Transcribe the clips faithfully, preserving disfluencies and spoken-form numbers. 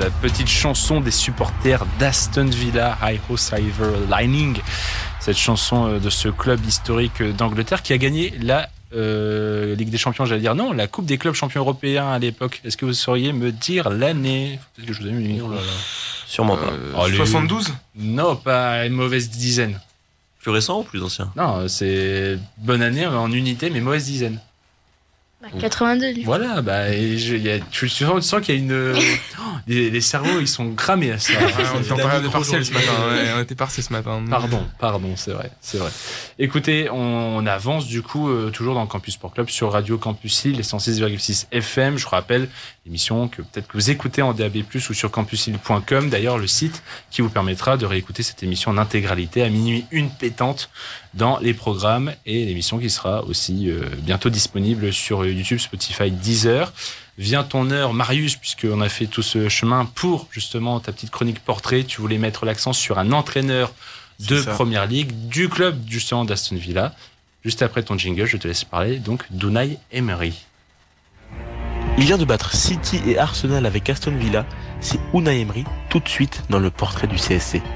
la petite chanson des supporters d'Aston Villa, High Ho Silver Lining. Cette chanson de ce club historique d'Angleterre qui a gagné la euh, Ligue des Champions, j'allais dire non, la Coupe des clubs champions européens à l'époque. Est-ce que vous sauriez me dire l'année? Peut-être que je vous ai mis le micro. Oh Sûrement pas. Euh, oh, soixante-douze? Non, pas une mauvaise dizaine. Plus récent ou plus ancien? Non, c'est bonne année en unité, mais mauvaise dizaine. Bah, quatre-vingt-deux du coup. Voilà, bah, et je, y a, tu, tu sens, tu sens qu'il y a une. Oh, les, les cerveaux, ils sont cramés à ça. Ouais, on était en période de partiel ce matin. Ouais, on était parti ce matin. Pardon, pardon, c'est vrai, c'est vrai. Écoutez, on, on avance du coup euh, toujours dans Campus Sport Club sur Radio Campus Lille, les cent six virgule six F M. Je vous rappelle l'émission que peut-être que vous écoutez en D A B plus, ou sur campus lille point com. D'ailleurs, le site qui vous permettra de réécouter cette émission en intégralité à minuit une pétante dans les programmes, et l'émission qui sera aussi euh, bientôt disponible sur YouTube, Spotify, Deezer. Vient ton heure, Marius, puisqu'on a fait tout ce chemin pour justement ta petite chronique portrait. Tu voulais mettre l'accent sur un entraîneur de Première Ligue, du club justement d'Aston Villa. Juste après ton jingle, je te laisse parler donc d'Unai Emery. Il vient de battre City et Arsenal avec Aston Villa. C'est Unai Emery, tout de suite dans le portrait du C S C.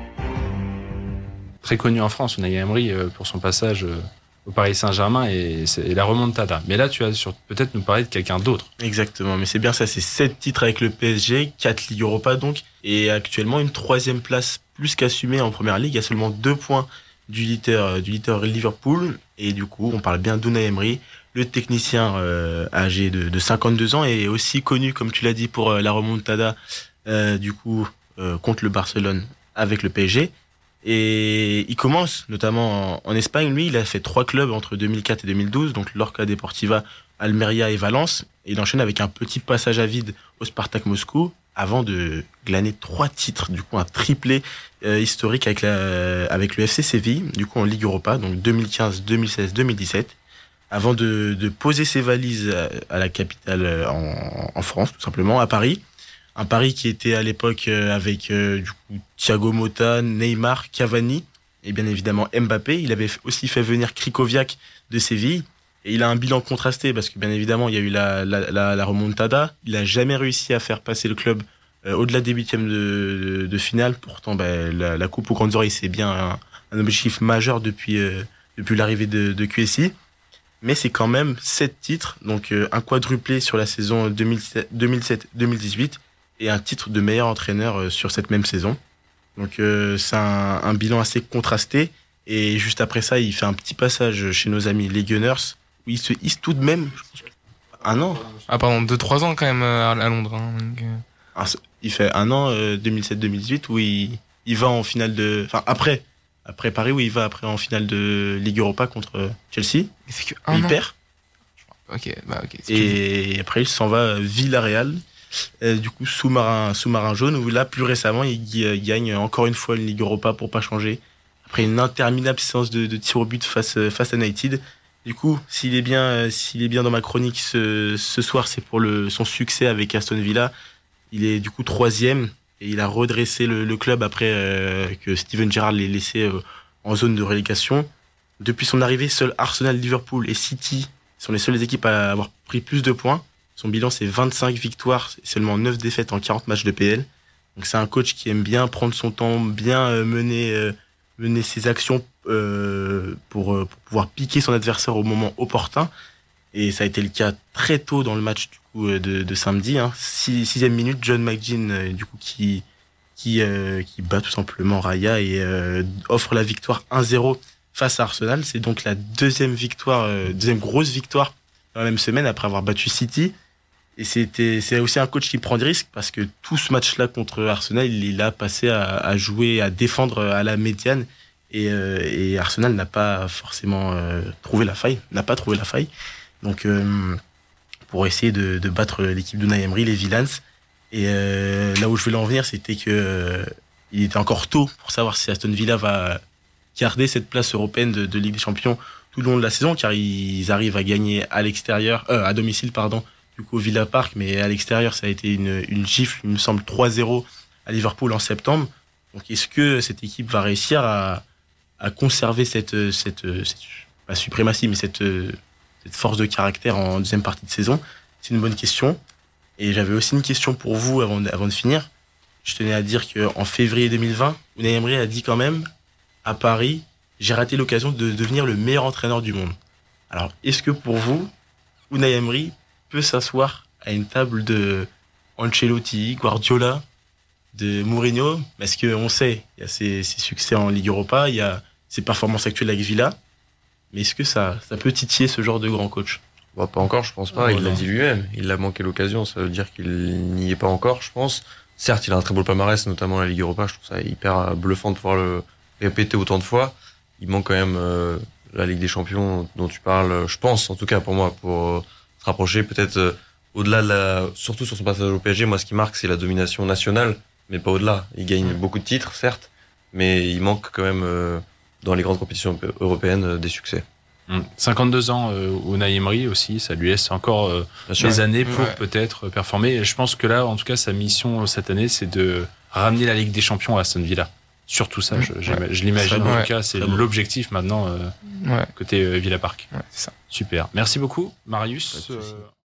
Très connu en France, Unai Emery, pour son passage au Paris Saint-Germain et, et la remontada. Mais là, tu vas sur, peut-être nous parler de quelqu'un d'autre. Exactement, mais c'est bien ça, c'est sept titres avec le P S G, quatre Ligue Europa donc, et actuellement une troisième place plus qu'assumée en Première Ligue, il y a seulement deux points du leader, du leader Liverpool, et du coup, on parle bien d'Unai Emery, le technicien euh, âgé de, de cinquante-deux ans, et aussi connu, comme tu l'as dit, pour euh, la remontada, euh, du coup, euh, contre le Barcelone avec le P S G. Et il commence notamment en, en Espagne. Lui, il a fait trois clubs entre deux mille quatre et deux mille douze, donc Lorca Deportiva, Almeria et Valence. Et il enchaîne avec un petit passage à vide au Spartak Moscou avant de glaner trois titres, du coup un triplé euh, historique avec, la, avec le F C Séville, du coup en Ligue Europa, donc deux mille quinze, deux mille seize, deux mille dix-sept, avant de, de poser ses valises à, à la capitale en, en France, tout simplement, à Paris. Un Paris qui était à l'époque avec euh, du coup Thiago Motta, Neymar, Cavani et bien évidemment Mbappé. Il avait aussi fait venir Krikoviak de Séville. Et il a un bilan contrasté parce que bien évidemment il y a eu la, la, la, la remontada. Il n'a jamais réussi à faire passer le club euh, au-delà des huitièmes de, de, de finale. Pourtant ben, la, la Coupe aux grandes oreilles c'est bien un, un objectif majeur depuis, euh, depuis l'arrivée de, de Q S I. Mais c'est quand même sept titres, donc euh, un quadruplé sur la saison deux mille sept deux mille dix-huit. Et un titre de meilleur entraîneur sur cette même saison. Donc euh, c'est un, un bilan assez contrasté. Et juste après ça, il fait un petit passage chez nos amis les Gunners, où il se hisse tout de même, je pense, un an. Ah pardon, deux trois ans quand même à, à Londres. Hein, donc, euh... un, il fait un an, euh, deux mille sept deux mille dix-huit, où il, il va en finale de... Enfin, après, après Paris, où il va après en finale de Ligue Europa contre Chelsea. Il fait que un il an. perd. Ok, bah ok. Et que... après, il s'en va à Villarreal. Euh, du coup sous-marin, sous-marin jaune, où là plus récemment il, il gagne encore une fois une Ligue Europa pour pas changer après une interminable séance de, de tir au but face, face à United. Du coup s'il est bien, s'il est bien dans ma chronique ce, ce soir, c'est pour le, son succès avec Aston Villa. Il est du coup troisième et il a redressé le, le club après euh, que Steven Gerrard l'ait laissé euh, en zone de relégation. Depuis son arrivée, seuls Arsenal, Liverpool et City sont les seules équipes à avoir pris plus de points. Son bilan, c'est vingt-cinq victoires et seulement neuf défaites en quarante matchs de P L. Donc c'est un coach qui aime bien prendre son temps, bien euh, mener, euh, mener ses actions euh, pour, euh, pour pouvoir piquer son adversaire au moment opportun. Et ça a été le cas très tôt dans le match du coup de, de samedi. Hein. Six, sixième minute, John McGinn euh, du coup qui qui euh, qui bat tout simplement Raya et euh, offre la victoire un zéro face à Arsenal. C'est donc la deuxième victoire, euh, deuxième grosse victoire dans la même semaine après avoir battu City. Et c'était, c'est aussi un coach qui prend des risques parce que tout ce match-là contre Arsenal, il a passé à, à jouer, à défendre à la médiane. Et, euh, et Arsenal n'a pas forcément euh, trouvé la faille, n'a pas trouvé la faille. Donc, euh, pour essayer de, de battre l'équipe d'Unai Emery, les Villains. Et euh, là où je voulais en venir, c'était que euh, il était encore tôt pour savoir si Aston Villa va garder cette place européenne de, de Ligue des Champions tout le long de la saison, car ils arrivent à gagner à l'extérieur, euh, à domicile, pardon, du coup au Villa Park, mais à l'extérieur, ça a été une, une gifle, il me semble, trois zéro à Liverpool en septembre. Donc, est-ce que cette équipe va réussir à, à conserver cette, cette, cette pas suprématie, mais cette, cette force de caractère en deuxième partie de saison? C'est une bonne question. Et j'avais aussi une question pour vous avant de, avant de finir. Je tenais à dire qu'en février deux mille vingt, Unai Emery a dit quand même, à Paris, j'ai raté l'occasion de devenir le meilleur entraîneur du monde. Alors, est-ce que pour vous, Unai Emery peut s'asseoir à une table de Ancelotti, Guardiola, de Mourinho? Parce qu'on sait, il y a ses, ses succès en Ligue Europa, il y a ses performances actuelles avec Villa. Mais est-ce que ça, ça peut titiller ce genre de grand coach? Bah, pas encore, je pense pas. Oh, il l'a non. dit lui-même. Il a manqué l'occasion. Ça veut dire qu'il n'y est pas encore, je pense. Certes, il a un très beau palmarès, notamment la Ligue Europa. Je trouve ça hyper bluffant de pouvoir le répéter autant de fois. Il manque quand même euh, la Ligue des Champions dont tu parles. Je pense, en tout cas pour moi, pour euh, se rapprocher peut-être euh, au-delà de la, surtout sur son passage au P S G. Moi, ce qui marque, c'est la domination nationale, mais pas au-delà. Il gagne beaucoup de titres, certes, mais il manque quand même euh, dans les grandes compétitions européennes euh, des succès. Hum. cinquante-deux ans, euh, Unai Emery aussi, ça lui laisse encore euh, Bien sûr. des années pour Ouais. peut-être performer. Et je pense que là, en tout cas, sa mission euh, cette année, c'est de ramener la Ligue des Champions à Aston Villa. Surtout ça, je, j'ima- je l'imagine. Très En bon. tout cas, c'est Très bon. l'objectif maintenant euh, Ouais, côté euh, Villa Park. ouais, c'est ça. Super. Merci beaucoup, Marius. Pas de souci. Euh,